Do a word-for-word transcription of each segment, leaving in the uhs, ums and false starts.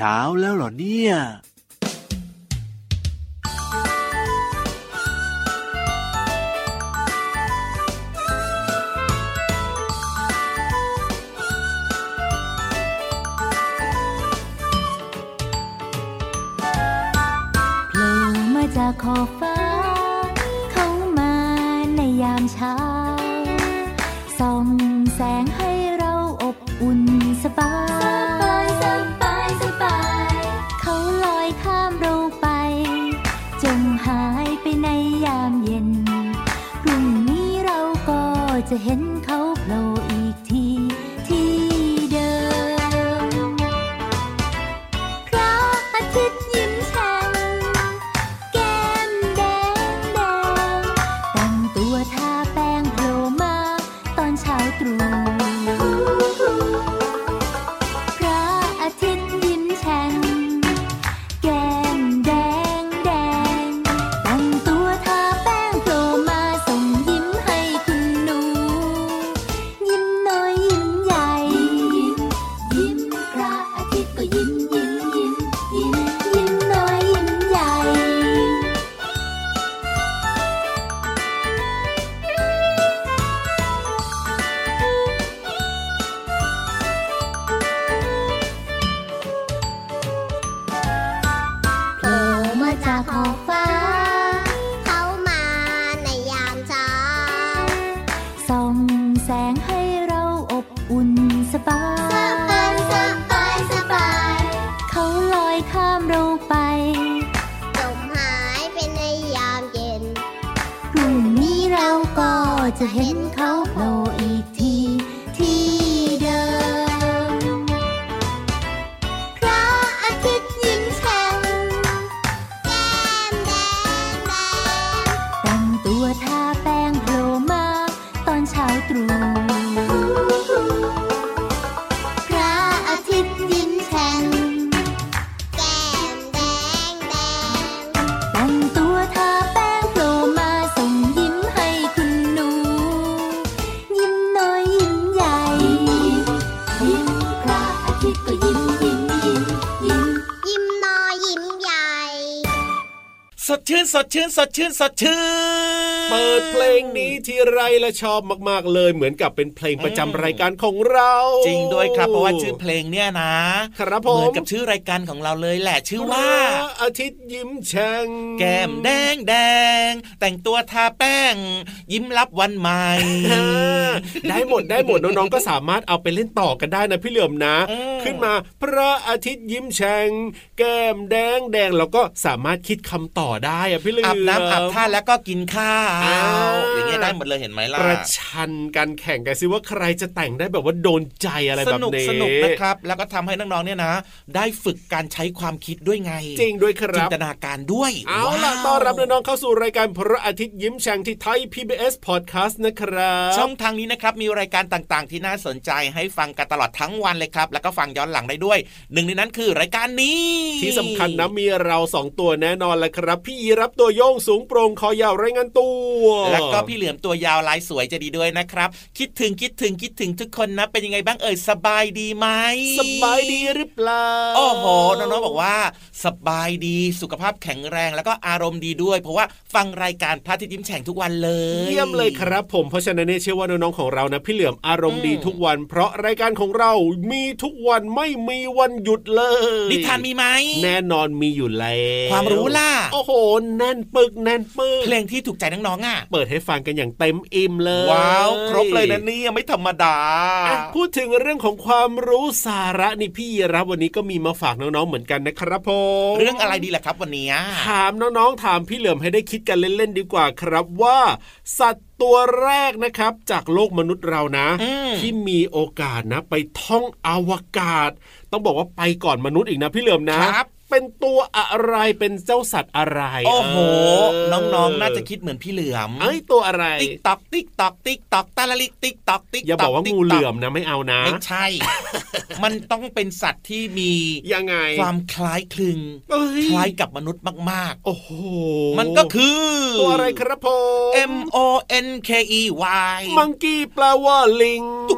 ช้าแล้วเหรอเนี่ยจากขอบฟ้าเข้ามาในยามเช้าส่องแสงให้เราอบอุ่นสบายสบายสบายเขาลอยข้ามเราไปจงหายไปในยามเย็นพรุ่งนี้เราก็จะเห็นเขาโผล่อีกทีที่เดิมพระอาทิตย์ยิ้มแฉ่งจะเห็นเขาโผล่อีกทีที่เดิมพระอาทิตย์ยิ้มแฉ่งแก้มแดงแดงแต่งตัวทาแป้งโผล่มาตอนเช้าตรู่พระอาทิตย์ยิ้มแฉ่งแก้มแดงแดงแต่งตัวทาแป้งโผล่มาส่งยิ้มให้คุณหนูสดชื่นสดชื่นสดชื่นสดชื่นเปิดเพลงนี้ทีไรและชอบมากๆเลยเหมือนกับเป็นเพลงประจำรายการของเราจริงด้วยครับเพราะว่าชื่อเพลงเนี่ยนะครับผมเหมือนกับชื่อรายการของเราเลยแหละชื่อว่าอาทิตย์ยิ้มแฉ่งแก้มแดงแดงแต่งตัวทาแป้งยิ้มรับวันใหม่ได้หมดได้หมดน้องๆก็สามารถเอาไปเล่นต่อกันได้นะพี่เหลือมนะขึ้นมาพระอาทิตย์ยิ้มแฉ่งแก้มแดงแดงเราก็สามารถคิดคำต่อได้อะพี่เหลือมอาบน้ำอาบท่าแล้วก็กินข้าวอย่างเงี้ยได้หมดเลยเห็นไหมล่ะประชันกันแข่งกันซิว่าใครจะแต่งได้แบบว่าโดนใจอะไรแบบนี้สนุกสนุกนะครับแล้วก็ทำให้น้องๆเนี่ยนะได้ฝึกการใช้ความคิดด้วยไงจริงด้วยครับจินตนาการด้วยเอาล่ะต้อนรับน้องๆเข้าสู่รายการพระอาทิตย์ยิ้มแฉ่งที่ไทย พี บี เอส Podcast นะครับช่องทางนี้นะครับมีรายการต่างๆที่น่าสนใจให้ฟังกันตลอดทั้งวันเลยครับแล้วก็ฟังย้อนหลังได้ด้วยหนึ่งในนั้นคือรายการนี้ที่สำคัญนะมีเราสองตัวแน่นอนแหละครับพี่ยีรับตัวโยงสูงโปร่งคอยาวรายงานตัวแล้วก็พี่เหลือมตัวยาวลายสวยจะดีด้วยนะครับคิดถึงคิดถึงคิดถึงทุกคนนะเป็นยังไงบ้างเอ่ยสบายดีไหมสบายดีหรือเปล่าโอ้โหน้องๆบอกว่าสบายดีสุขภาพแข็งแรงแล้วก็อารมณ์ดีด้วยเพราะว่าฟังรายการพระอาทิตย์ยิ้มแฉ่งทุกวันเลยเยี่ยมเลยครับผมเพราะฉะนั้นเนี่ยเชื่อว่าน้องๆของเรานะพี่เหลือมอารมณ์ดีทุกวันเพราะรายการของเรามีทุกวันไม่มีวันหยุดเลยนิทานมีไหมแน่นอนมีอยู่แล้วความรู้ล่ะโอ้โหแน่นปึกแน่นปึกเพลงที่ถูกใจน้องๆอ่ะเปิดให้ฟังกันอย่างเต็มอิ่มเลยว้าวครบเลยนะนี่ไม่ธรรมดาพูดถึงเรื่องของความรู้สาระนี่พี่รับวันนี้ก็มีมาฝากน้องๆเหมือนกันนะครับผมเรื่องอะไรดีล่ะครับวันนี้ถามน้องๆถามพี่เหลือมให้ได้คิดกันเล่นๆดีกว่าครับว่าสัตว์ตัวแรกนะครับจากโลกมนุษย์เรานะที่มีโอกาสนะไปท่องอวกาศต้องบอกว่าไปก่อนมนุษย์อีกนะพี่เหลือมนะเป็นตัวอะไรเป็นเจ้าสัตว์อะไรโอ้โหน้องๆน่าจะคิดเหมือนพี่เหลือมเอ้ยตัวอะไรติ๊กตอกติ๊กตอกติ๊กตอกตะละลิกติ๊กตอกติ๊กตอกอย่าบอกว่างูเหลือมนะไม่เอานะไม่ใช่ มันต้องเป็นสัตว์ที่มียังไงความคล้ายคลึงคล้ายกับมนุษย์มากๆโอ้โหมันก็คือตัวอะไรครับผม M O N K E Y มังกี้แปลว่าลิงถูก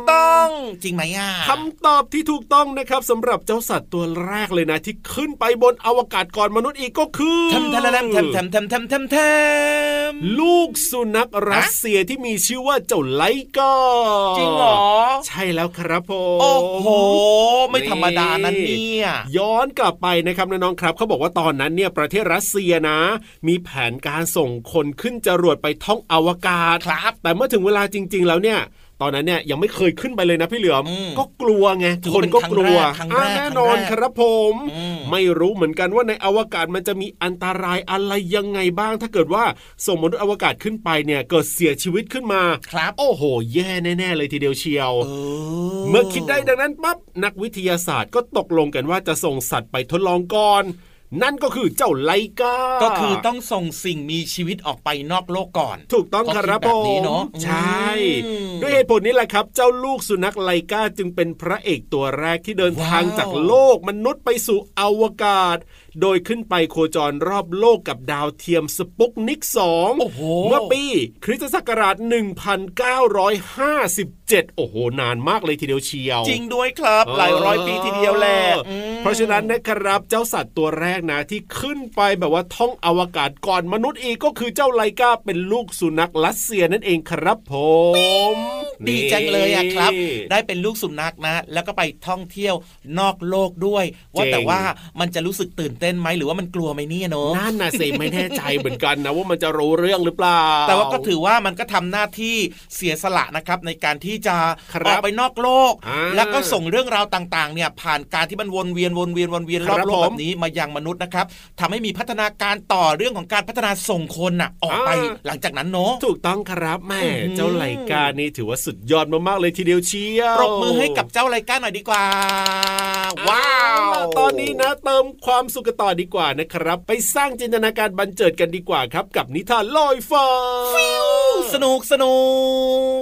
ต้องจริงไหมอ่ะคำตอบที่ถูกต้องนะครับสำหรับเจ้าสัตว์ตัวแรกเลยนะที่ขึ้นไปบนอวกาศก่อนมนุษย์อีกก็คือทำทำทำทำทำทำทำทำทำลูกสุนัขรัสเซียที่มีชื่อว่าเจ้าไลกาจริงเหรอใช่แล้วครับผมโอ้โหไม่ธรรมดานั่นเนี่ยย้อนกลับไปนะครับน้องๆครับเขาบอกว่าตอนนั้นเนี่ยประเทศรัสเซียนะมีแผนการส่งคนขึ้นจรวดไปท่องอวกาศครับแต่เมื่อถึงเวลาจริงๆแล้วเนี่ยตอนนั้นเนี่ยยังไม่เคยขึ้นไปเลยนะพี่เหลือมก็กลัวไงคนก็กลัวแน่นอนครับผมไม่รู้เหมือนกันว่าในอวกาศมันจะมีอันตรายอะไรยังไงบ้างถ้าเกิดว่าส่งมนุษย์อวกาศขึ้นไปเนี่ยเกิดเสียชีวิตขึ้นมาครับโอ้โหแย่แน่ๆเลยทีเดียวเชียวเมื่อคิดได้ดังนั้นปั๊บนักวิทยาศาสตร์ก็ตกลงกันว่าจะส่งสัตว์ไปทดลองก่อนนั่นก็คือเจ้าไลกาก็คือต้องส่งสิ่งมีชีวิตออกไปนอกโลกก่อนถูกต้องครับผมใช่ด้วยเหตุผลนี้แหละครับเจ้าลูกสุนัขไลกาจึงเป็นพระเอกตัวแรกที่เดินทางจากโลกมนุษย์ไปสู่อวกาศโดยขึ้นไปโคจรรอบโลกกับดาวเทียมสปุกนิกสองเมื่อปีคริสตศักราชหนึ่งพันเก้าร้อยห้าสิบเจ็ดโอ้โหนานมากเลยทีเดียวเชียวจริงด้วยครับหลายร้อยปีทีเดียวแหละเพราะฉะนั้นนะครับเจ้าสัตว์ตัวแรกนะที่ขึ้นไปแบบว่าท่องอวกาศก่อนมนุษย์อีกก็คือเจ้าไลกาเป็นลูกสุนัขรัสเซียนั่นเองครับผมดีจังเลยอะครับได้เป็นลูกสุนัขนะแล้วก็ไปท่องเที่ยวนอกโลกด้วยว่าแต่ว่ามันจะรู้สึกตื่นเต้นไหมหรือว่ามันกลัวไหมเนี่ยเนอะนั่นน่ะสิไม่แน่ใจเหมือนกันนะว่ามันจะรู้เรื่องหรือเปล่าแต่ว่าก็ถือว่ามันก็ทำหน้าที่เสียสละนะครับในการที่จะออกไปนอกโลกแล้วก็ส่งเรื่องราวต่างๆเนี่ยผ่านการที่มันวนเวียนวนเวียนวนเวียนรอบโลกแบบนี้มายังมนุษย์นะครับทำให้มีพัฒนาการต่อเรื่องของการพัฒนาส่งคนน่ะออกไปหลังจากนั้นเนาะถูกต้องครับแม่เจ้าไลกานี่ถือว่าสุดยอดมากๆเลยทีเดียวเชียวปรบมือให้กับเจ้าไลกาหน่อยดีกว่าว้าวตอนนี้นะเติมความสุขต่อดีกว่านะครับไปสร้างจินตนาการบันเจิดกันดีกว่าครับกับนิทานลอยฟ้าสนุกสนุก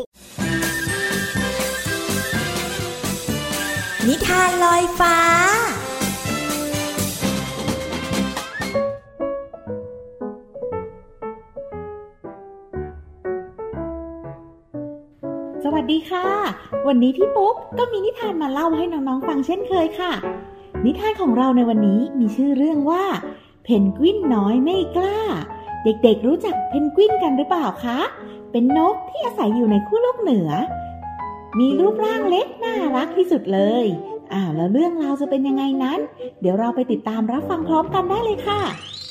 นิทานลอยฟ้าสวัสดีค่ะวันนี้พี่ปุ๊กก็มีนิทานมาเล่าให้น้องๆฟังเช่นเคยค่ะนิทานของเราในวันนี้มีชื่อเรื่องว่าเพนกวินน้อยไม่กล้าเด็กๆรู้จักเพนกวินกันหรือเปล่าคะเป็นนกที่อาศัยอยู่ในขั้วโลกเหนือมีรูปร่างเล็กน่ารักที่สุดเลยอ้าวแล้วเรื่องราวจะเป็นยังไงนั้นเดี๋ยวเราไปติดตามรับฟังพร้อมกันได้เลยค่ะ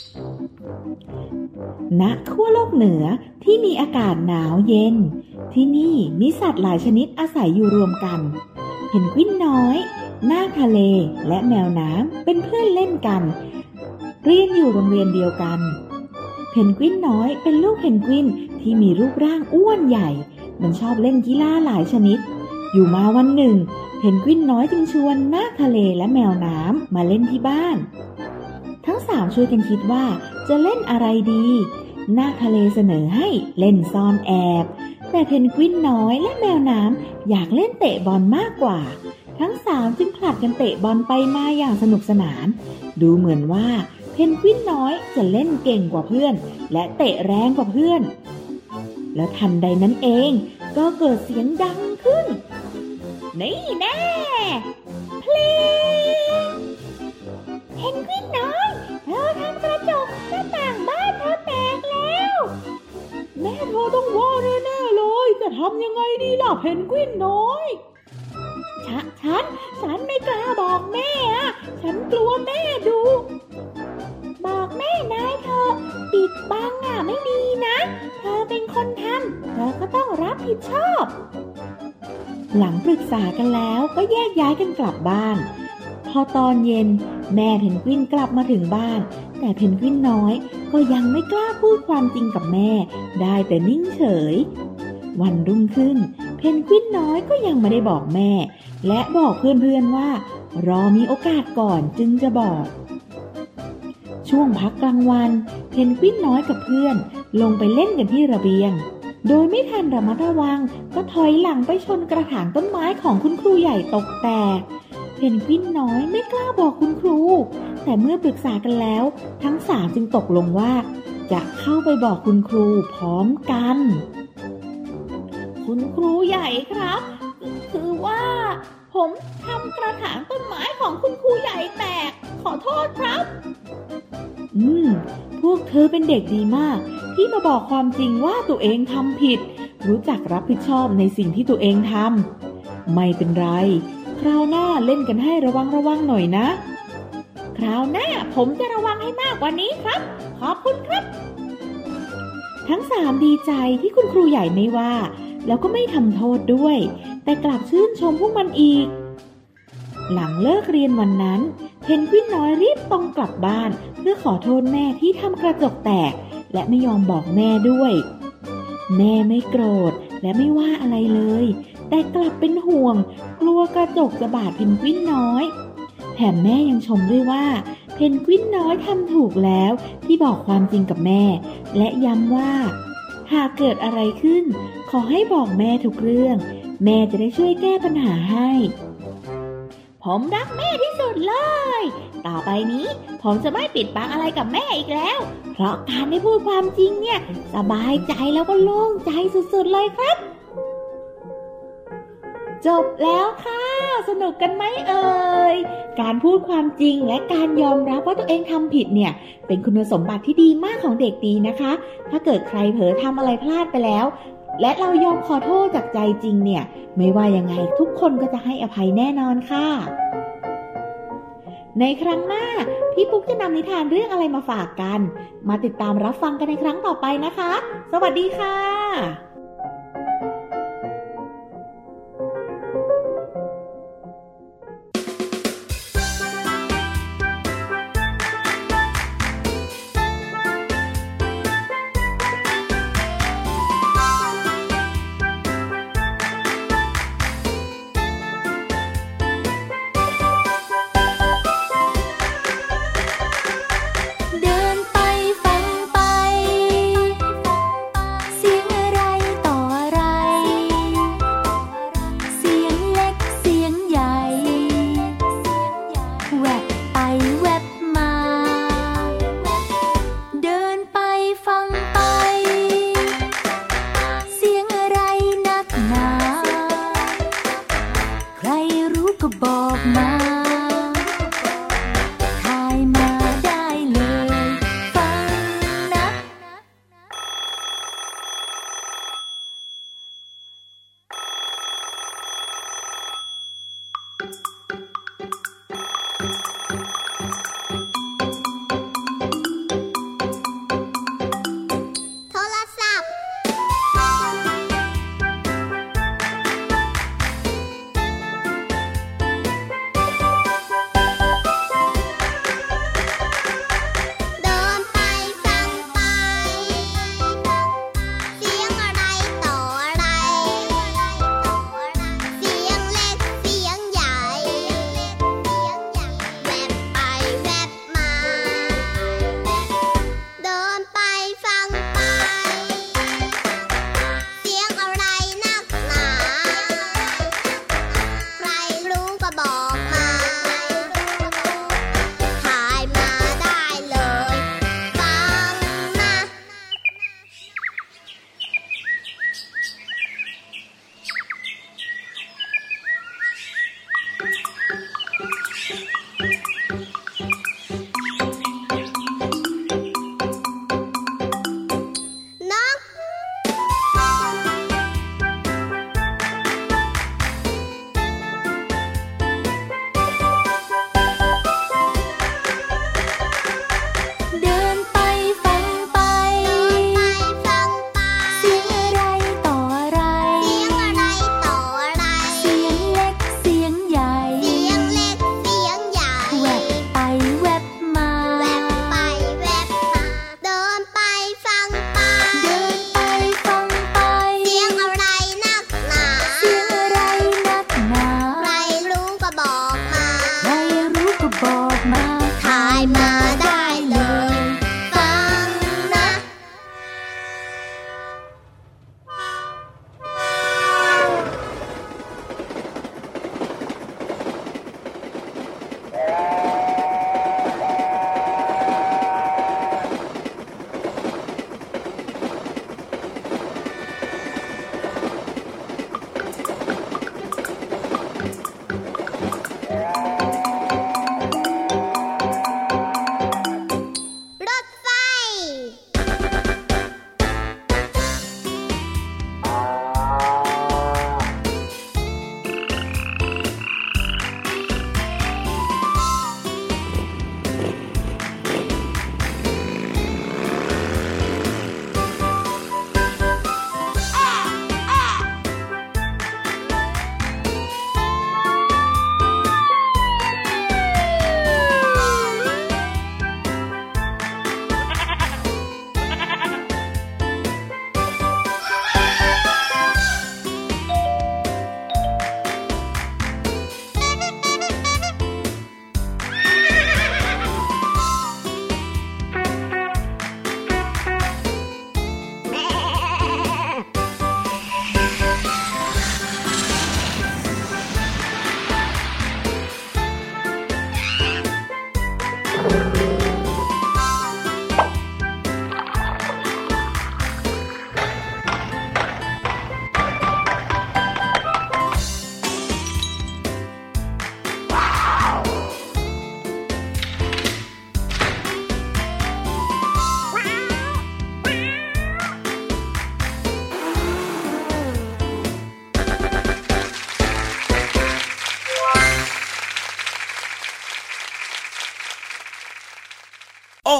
ณขั้วโลกเหนือที่มีอากาศหนาวเย็นที่นี่มีสัตว์หลายชนิดอาศัยอยู่รวมกันเพนกวินน้อยนาคทะเลและแมวน้ำเป็นเพื่อนเล่นกันเรียนอยู่โรงเรียนเดียวกันเพนกวินน้อยเป็นลูกเพนกวินที่มีรูปร่างอ้วนใหญ่มันชอบเล่นกีฬาหลายชนิดอยู่มาวันหนึ่งเพนกวินน้อยจึงชวนนาคทะเลและแมวน้ำมาเล่นที่บ้านทั้งสามช่วยกันคิดว่าจะเล่นอะไรดีนาคทะเลเสนอให้เล่นซ่อนแอบแต่เพนกวินน้อยและแมวน้ำอยากเล่นเตะบอลมากกว่าทั้งสามจึงผลัดกันเตะบอลไปมาอย่างสนุกสนานดูเหมือนว่าเพนกวินน้อยจะเล่นเก่งกว่าเพื่อนและเตะแรงกว่าเพื่อนแล้วทันใดนั้นเองก็เกิดเสียงดังขึ้นนี่แน่เพลงเพนกวินน้อยเธอทำกระจกหน้าต่างบ้านเธอแตกแล้วแม่เธอต้องว่าแน่ๆเลยจะทำยังไงดีล่ะเพนกวินน้อยฉันฉันฉันไม่กล้าบอกแม่อะฉันกลัวแม่ดูบอกแม่นายเธอปิดบังอะไม่ดีนะเธอเป็นคนทำเธอก็ต้องรับผิดชอบหลังปรึกษากันแล้วก็แยกย้ายกันกลับบ้านพอตอนเย็นแม่เพนกวินกลับมาถึงบ้านแต่เพนกวินน้อยก็ยังไม่กล้าพูดความจริงกับแม่ได้แต่นิ่งเฉยวันรุ่งขึ้นเพนกวินน้อยก็ยังไม่ได้บอกแม่และบอกเพื่อนๆว่ารอมีโอกาสก่อนจึงจะบอกช่วงพักกลางวันเพนกวินน้อยกับเพื่อนลงไปเล่นกันที่ระเบียงโดยไม่ทันระมัดระวังก็ถอยหลังไปชนกระถางต้นไม้ของคุณครูใหญ่ตกแตกเพนกวินน้อยไม่กล้าบอกคุณครูแต่เมื่อปรึกษากันแล้วทั้งสามจึงตกลงว่าจะเข้าไปบอกคุณครูพร้อมกันคุณครูใหญ่ครับคือว่าผมทำกระถางต้นไม้ของคุณครูใหญ่แตกขอโทษครับอืมพวกเธอเป็นเด็กดีมากที่มาบอกความจริงว่าตัวเองทำผิดรู้จักรับผิดชอบในสิ่งที่ตัวเองทำไม่เป็นไรคราวหน้าเล่นกันให้ระวังระวังหน่อยนะคราวหน้าผมจะระวังให้มากกว่านี้ครับขอบคุณครับทั้งสามดีใจที่คุณครูใหญ่ไม่ว่าแล้วก็ไม่ทำโทษด้วยแต่กลับชื่นชมพวกมันอีกหลังเลิกเรียนวันนั้นเพนกวินน้อยรีบตรงกลับบ้านเพื่อขอโทษแม่ที่ทำกระจกแตกและไม่ยอมบอกแม่ด้วยแม่ไม่โกรธและไม่ว่าอะไรเลยแต่กลับเป็นห่วงกลัวกระจกจะบาดเพนกวินน้อยแถมแม่ยังชมด้วยว่าเพนกวินน้อยทำถูกแล้วที่บอกความจริงกับแม่และย้ำว่าหากเกิดอะไรขึ้นขอให้บอกแม่ทุกเรื่องแม่จะได้ช่วยแก้ปัญหาให้ผมรักแม่ที่สุดเลยต่อไปนี้ผมจะไม่ปิดบังอะไรกับแม่อีกแล้วเพราะการได้พูดความจริงเนี่ยสบายใจแล้วก็โล่งใจสุดๆเลยครับจบแล้วค่ะสนุกกันไหมเอ่ยการพูดความจริงและการยอมรับว่าตัวเองทำผิดเนี่ยเป็นคุณสมบัติที่ดีมากของเด็กดีนะคะถ้าเกิดใครเผลอทำอะไรพลาดไปแล้วและเรายอมขอโทษจากใจจริงเนี่ยไม่ว่ายังไงทุกคนก็จะให้อภัยแน่นอนค่ะในครั้งหน้าพี่ปุ๊กจะนำนิทานเรื่องอะไรมาฝากกันมาติดตามรับฟังกันในครั้งต่อไปนะคะสวัสดีค่ะเดินไปฟังไปเสียงอะไร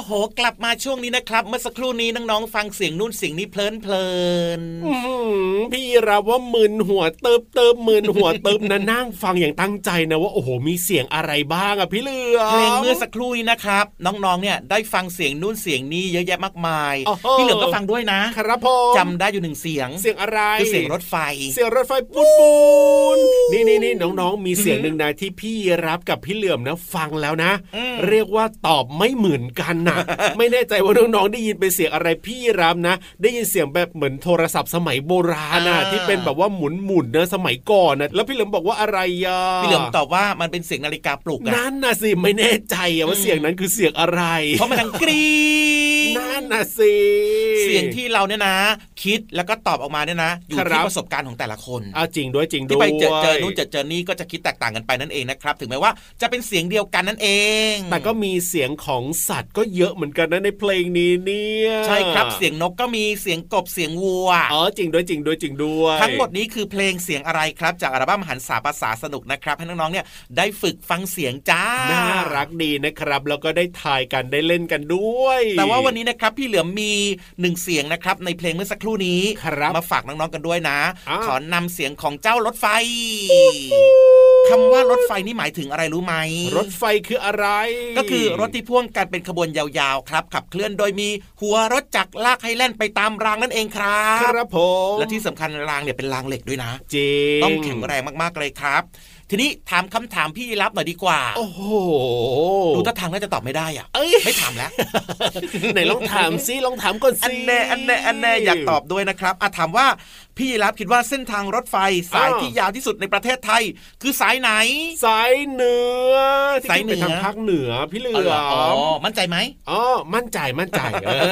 โหกลับมาช่วงนี้นะครับเมื่อสักครู่นี้น้องๆฟังเสียงนู่นเสียงนี้เพลินเพลินพี่รับว่ามึนหัวเติบเติบมึนหัวเติบนะนั่งฟังอย่างตั้งใจนะว่าโอ้โหมีเสียงอะไรบ้างอ่ะพี่เหลือมเพลงเมื่อสักครู่นี้นะครับน้องๆเนี่ยได้ฟังเสียงนู่นเสียงนี้เยอะแยะมากมายพี่เหลือมก็ฟังด้วยนะครับผมจำได้อยู่หนึ่งเสียงเสียงอะไรคือเสียงรถไฟเสียงรถไฟปูนปูนนี่นี่นี่น้องๆมีเสียงหนึ่งนะที่พี่รับกับพี่เหลือมนะฟังแล้วนะเรียกว่าตอบไม่เหมือนกันนะไม่แน่ใจว่าน้องๆได้ยินเป็นเสียงอะไรพี่รับนะได้ยินเสียงแบบเหมือนโทรศัพท์สมัยโบราณนะที่เป็นแบบว่าหมุนๆนะสมัยก่อนนะแล้วพี่เหลือมบอกว่าอะไรอ่ะพี่เหลือมตอบว่ามันเป็นเสียงนาฬิกาปลุกนั่นน่ะสิไม่แน่ใจว่าเสียงนั้นคือเสียงอะไรเพราะมันดังกรี๊ดนั่นน่ะสิเสียงที่เราเนี่ยนะคิดแล้วก็ตอบออกมาเนี่ยนะอยู่ที่ประสบการณ์ของแต่ละคนอ้าวจริงด้วยจริงด้วยที่ไปเจอเจอนู่นเจอเจอนี่ก็จะคิดแตกต่างกันไปนั่นเองนะครับถึงแม้ว่าจะเป็นเสียงเดียวกันนั่นเองแต่ก็มีเสียงของสัตว์ก็เยอะเหมือนกันนะในเพลงนี้เนี่ยใช่ครับเสียงนกก็มีเสียงกบเสียงวัวอ๋อจริงด้วยจริงด้วยจริงด้วยทั้งหมดนี้คือเพลงเสียงอะไรครับจากอัลบั้มหันษาภาษาสนุกนะครับให้น้องๆเนี่ยได้ฝึกฟังเสียงจ้าน่ารักดีนะครับแล้วก็ได้ทายกันได้เล่นกันด้วยแต่ว่าวันนี้นะครับพี่เหลือมมีหนึ่งเสียงนะครับในเพลงเมื่อสักครู่นี้มาฝากน้องๆกันด้วยนะขอนำเสียงของเจ้ารถไฟคำว่ารถไฟนี่หมายถึงอะไรรู้ไหมรถไฟคืออะไรก็คือรถที่พ่วงกันเป็นขบวนยาวๆครับขับเคลื่อนโดยมีหัวรถจักรลากให้แล่นไปตามรางนั่นเองครับครับผมและที่สำคัญรางเนี่ยเป็นรางเหล็กด้วยนะจริงต้องแข็งแรงมากๆเลยครับทีนี้ถามคำถามพี่รับหน่อยดีกว่าโอ้โหดูท่าทางน่าจะตอบไม่ได้อ่ะไม่ถามแล้วไหนลองถามซิลองถามก่อนสิอันแน่อันแน่อันแน่อยากตอบด้วยนะครับอ่ะถามว่าพี่รับคิดว่าเส้นทางรถไฟสายที่ยาวที่สุดในประเทศไทยคือสายไหนสายเหนือสายเหนือทางภาคเหนือพี่เหลืออ๋อมั่นใจไหมอ๋อมั่นใจมั่นใจ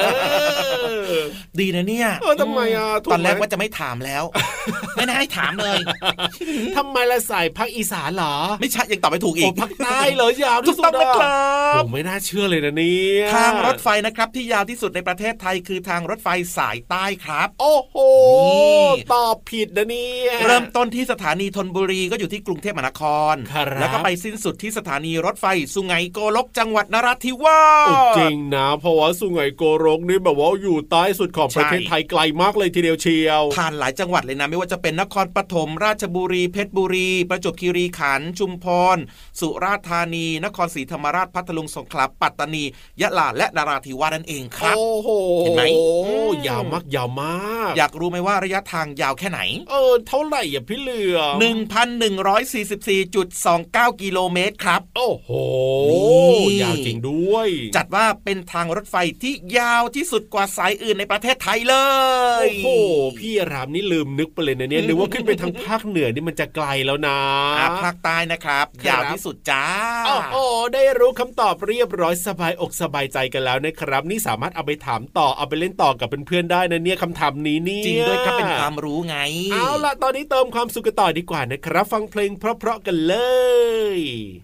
ดีนะเนี่ยเออทำไมอ่ะตอนแรกว่าจะไม่ถามแล้วไม่น่าให้ถามเลยทำไมละสายภาคอีสานเหรอไม่ใช่ยังตอบไม่ถูกอีกภาคใต้เหรอยาวที่สุดนะครับผมไม่น่าเชื่อเลยนะเนี่ยทางรถไฟนะครับที่ยาวที่สุดในประเทศไทยคือทางรถไฟสายใต้ครับโอ้โหตอบผิดนะเนี่ยเริ่มต้นที่สถานีธนบุรีก็อยู่ที่กรุงเทพมหานครแล้วก็ไปสิ้นสุดที่สถานีรถไฟสุไหงโกลกจังหวัดนราธิวาสจริงนะเพราะว่าสุไหงโกลกนี่แบบว่าอยู่ใต้สุดของประเทศไทยไกลมากเลยทีเดียวเชียวผ่านหลายจังหวัดเลยนะไม่ว่าจะเป็นนครปฐมราชบุรีเพชรบุรีประจวบคีรีขันธ์ชุมพรสุราษฎร์ธานีนครศรีธรรมราชพัทลุงสงขลาปัตตานียะลาและนราธิวาสนั่นเองครับโอ้โหเห็นไหมยาวมากยาวมากอยากรู้ไหมว่าระยะทางยาวแค่ไหนเออเท่าไหร่อ่ะพี่เหลือหนึ่งพันหนึ่งร้อยสี่สิบสี่จุดสองเก้า กิโลเมตรครับโอ้โหยาวจริงด้วยจัดว่าเป็นทางรถไฟที่ยาวที่สุดกว่าสายอื่นในประเทศไทยเลยโอ้โหพี่รามนี่ลืมนึกไปเลยนะเนี่ยนึกว่าขึ้นไปทางภาคเหนือนี่มันจะไกลแล้วนะภาคใต้นะครับยาวที่สุดจ้าโอ้โหได้รู้คำตอบเรียบร้อยสบายอกสบายใจกันแล้วนะครับนี่สามารถเอาไปถามต่อเอาไปเล่นต่อกับเพื่อนๆได้นะเนี่ยคำถามนี้นี่จริงด้วยครับเป็นความรู้ไงเอาล่ะตอนนี้เติมความสุขกันต่อดีกว่านะครับฟังเพลงเพราะๆกันเลย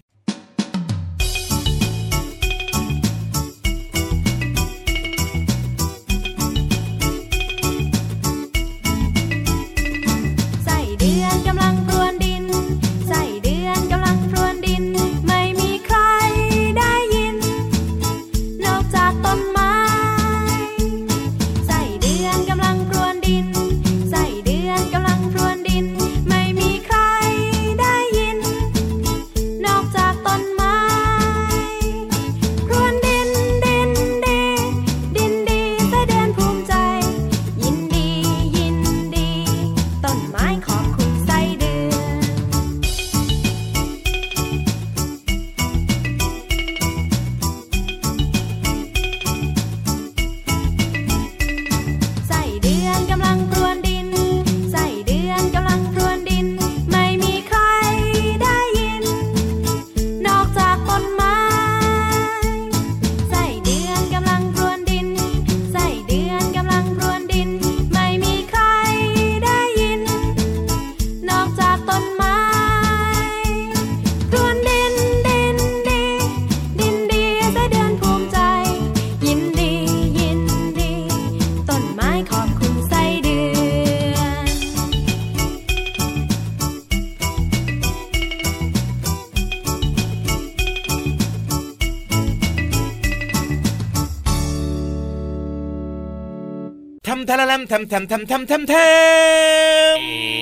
ใส่เดือนกำลังพรวนดินใส่เดือนกำลังพรวนดินไม่มีใครได้ยินนอกจากต้นไม้ใส่เดือนกำลังพรวนดินใส่เดือนกำลังพรวนดินไม่มีใครได้ยินนอกจากแทมแทมแทมแทมแทมแทมแทมแทม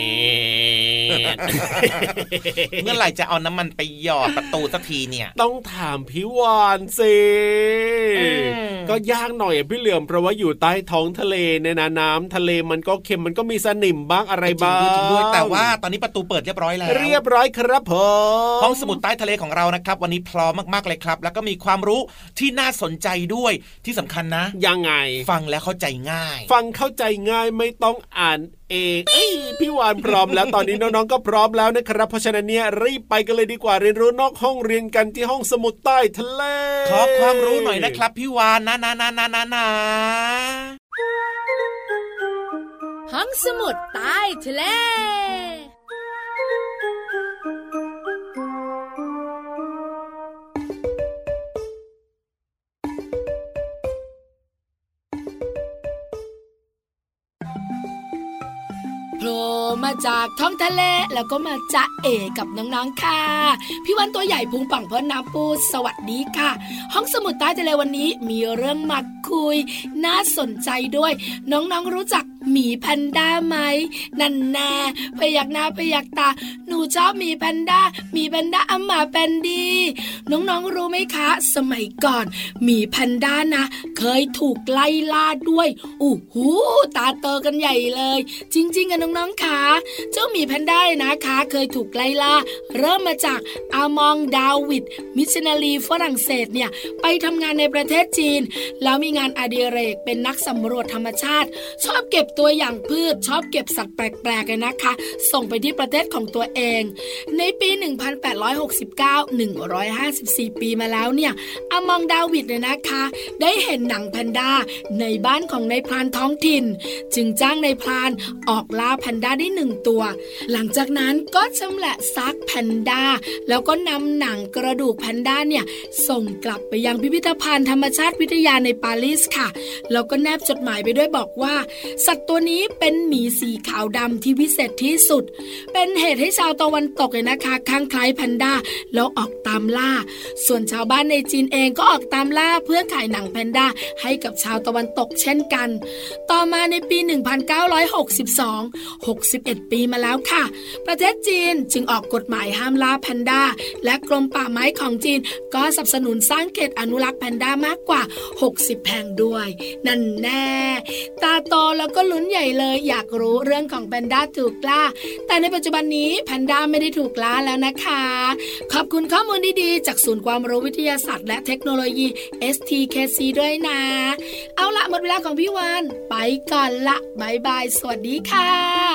เมื่อไหร่จะเอาน้ำมันไปหยอดประตูสักทีเนี่ยต้องถามพี่วานสิก็ยากหน่อยพี่เหลือมเพราะว่าอยู่ใต้ท้องทะเลเนี่ยนะน้ำทะเลมันก็เค็มมันก็มีสนิมบ้างอะไรบ้างจริงด้วยแต่ว่าตอนนี้ประตูเปิดเรียบร้อยแล้วเรียบร้อยครับผมห้องสมุดใต้ทะเลของเรานะครับวันนี้พร้อมมากๆเลยครับแล้วก็มีความรู้ที่น่าสนใจด้วยที่สำคัญนะยังไงฟังแล้วเข้าใจง่ายฟังเข้าใจง่ายไม่ต้องอ่านเองเอ้ยพี่วานพร้อมแล้วตอนนี้น้องๆก็พร้อมแล้วนะครับเพราะฉะนั้นเนี่ยรีบไปกันเลยดีกว่าเรียนรู้นอกห้องเรียนกันที่ห้องสมุดใต้ทะเลขอความรู้หน่อยนะครับพี่วานนะนะนะนะนะนะห้องสมุดใต้ทะเลโผล่มาจากท้องทะเลแล้วก็มาจะเอกับน้องๆค่ะพี่วันตัวใหญ่พุงป่องพ้นน้ำปูสวัสดีค่ะห้องสมุดใต้ทะเลวันนี้มีเรื่องมาคุยน่าสนใจด้วยน้องๆรู้จักหมีแพนด้าไหมนั่นแน่พยักหน้าพยักตาหนูชอบหมีแพนด้าหมีแพนด้าอัมมาแพนดีน้องๆรู้ไหมคะสมัยก่อนหมีแพนด้านะเคยถูกไล่ล่าด้วยอู้หูตาโตกันใหญ่เลยจริงๆอะน้องๆค่ะเจ้าหมีแพนด้านะคะเคยถูกไล่ล่าเริ่มมาจากอามองดาวิดมิชชันนารีฝรั่งเศสเนี่ยไปทำงานในประเทศจีนแล้วมีงานอดิเรกเป็นนักสำรวจธรรมชาติชอบเก็บตัวอย่างพืชชอบเก็บสัตว์แปลกๆกันนะคะส่งไปที่ประเทศของตัวเองในปีหนึ่งพันแปดร้อยหกสิบเก้า หนึ่งร้อยห้าสิบสี่ปีมาแล้วเนี่ยอามองดาวิดเนี่ยนะคะได้เห็นหนังแพนด้าในบ้านของนายพรานท้องถิ่นจึงจ้างนายพรานออกล่าแพนด้าได้หนึ่งตัวหลังจากนั้นก็ชำแหละซักแพนด้าแล้วก็นำหนังกระดูกแพนด้าเนี่ยส่งกลับไปยังพิพิธภัณฑ์ธรรมชาติวิทยาในปารีสค่ะแล้วก็แนบจดหมายไปด้วยบอกว่าสัตว์ตัวนี้เป็นหมีสีขาวดำที่วิเศษที่สุดเป็นเหตุให้ชาวตะวันตกเลยนะคะข้างคล้ายแพนด้าแล้วออกตามล่าส่วนชาวบ้านในจีนเองก็ออกตามล่าเพื่อขายหนังแพนด้าให้กับชาวตะวันตกเช่นกันต่อมาในปีหนึ่งพันเก้าร้อยหกสิบสอง หกสิบเอ็ดปีมาแล้วค่ะประเทศจีนจึงออกกฎหมายห้ามล่าแพนด้าและกรมป่าไม้ของจีนก็สนับสนุนสร้างเขตอนุรักษ์แพนด้ามากกว่าหกสิบแห่งด้วยนั่นแน่ตาโตแล้วก็ลุ้นใหญ่เลยอยากรู้เรื่องของแพนด้าถูกล่าแต่ในปัจจุบันนี้แพนด้าไม่ได้ถูกล่าแล้วนะคะขอบคุณข้อมูลดีๆจากศูนย์ความรู้วิทยาศาสตร์และเทคโนโลยี เอส ที เค ซี ด้วยนะเอาละหมดเวลาของพี่วานไปก่อนละบายบายสวัสดีค่ะ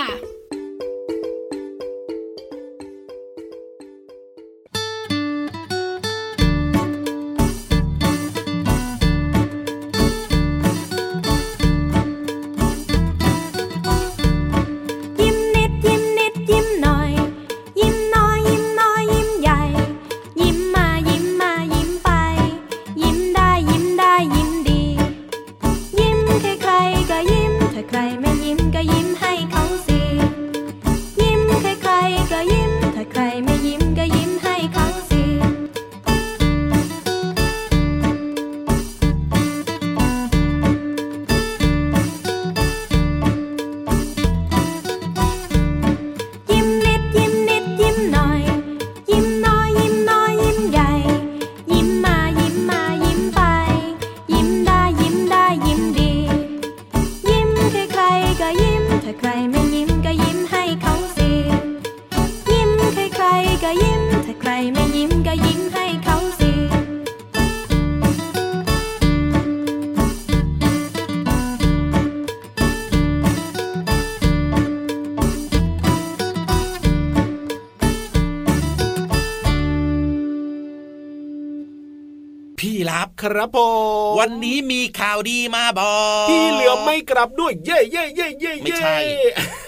ครับผมวันนี้มีข่าวดีมาบอกพี่เหลือไม่กลับด้วยเย่เย่เย่เย่ไม่ใช่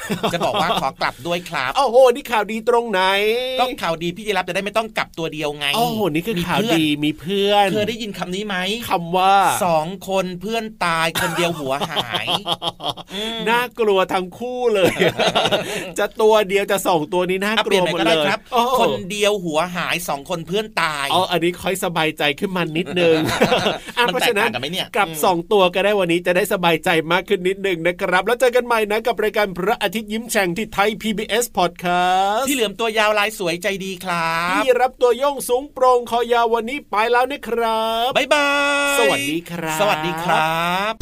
จะบอกว่าขอกลับด้วยครับโอ้โหนี่ข่าวดีตรงไหนก็ข่าวดีพี่ยีรับจะได้ไม่ต้องกลับตัวเดียวไงโอ้โหนี่คือข่าวดีมีเพื่อนเคยได้ยินคำนี้ไหมคำว่าสองคนเพื่อนตายคนเดียวหัวหายน่ากลัวทั้งคู่เลยจะตัวเดียวจะสองตัวนี้น่ากลัวหมดเลยคนเดียวหัวหายสองคนเพื่อนตายอ๋ออันนี้ค่อยสบายใจขึ้นมานิดนึงเพราะฉะนั้นกับสองตัวก็ได้วันนี้จะได้สบายใจมากขึ้นนิดนึงนะครับแล้วเจอกันใหม่นะกับรายการพระอาทิตย์ยิ้มแฉ่งที่ไทย พี บี เอส Podcast พี่เหลือมตัวยาวลายสวยใจดีครับพี่รับตัวโยงสูงโปร่งคอยาววันนี้ไปแล้วนะครับบ๊ายบายสวัสดีครับสวัสดีครับ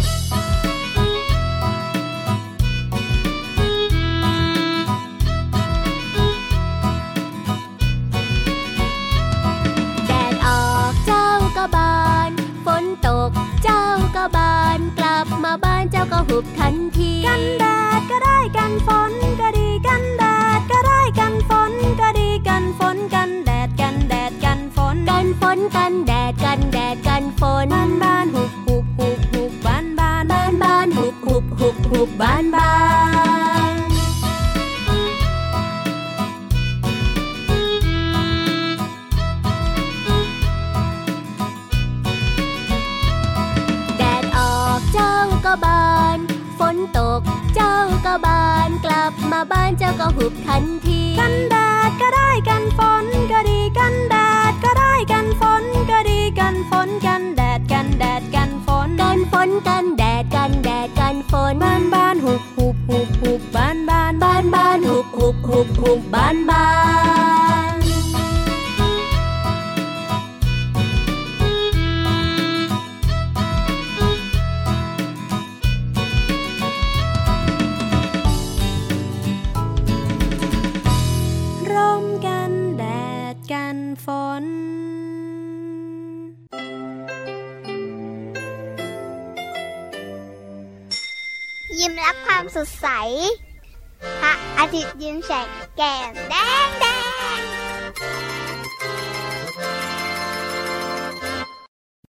แดดออกเจ้าก็บานฝนตกเจ้าก็บานกลับมาบ้านเจ้าก็หุบทันทีกันแดดก็ได้กันฝนก็ดีกันแดดก็ได้กันฝนก็ดีกันฝนกันแดดกันแดดกันฝนกันฝนกันแดดกันแดดกันฝนบ้านบ้านหุบหุบหุบหุบบ้านบ้านบ้านบ้านหุบหุบหุบหุบบ้านบ้านแดดออกเจ้าก็บานฝนตกเจ้าก็บานกลับมาบ้านเจ้าก็หุบทันทีกันแดดก็ได้กันฝนก็ดีกันแดดก็ได้กันฝนก็ดีกันฝนกันแดดกันแดดกันฝนกันฝนกันแดดกันแดดกันฝนบ้านบ้านหุบหุบหุบหุบบ้านบ้านบ้านบ้านหุบหุบหุบหุบบ้านบ้านร่มกันแดดกันฝนยิ้มรับความสดใสพระอาทิตย์ยิ้มแฉกแก้มแดงแดง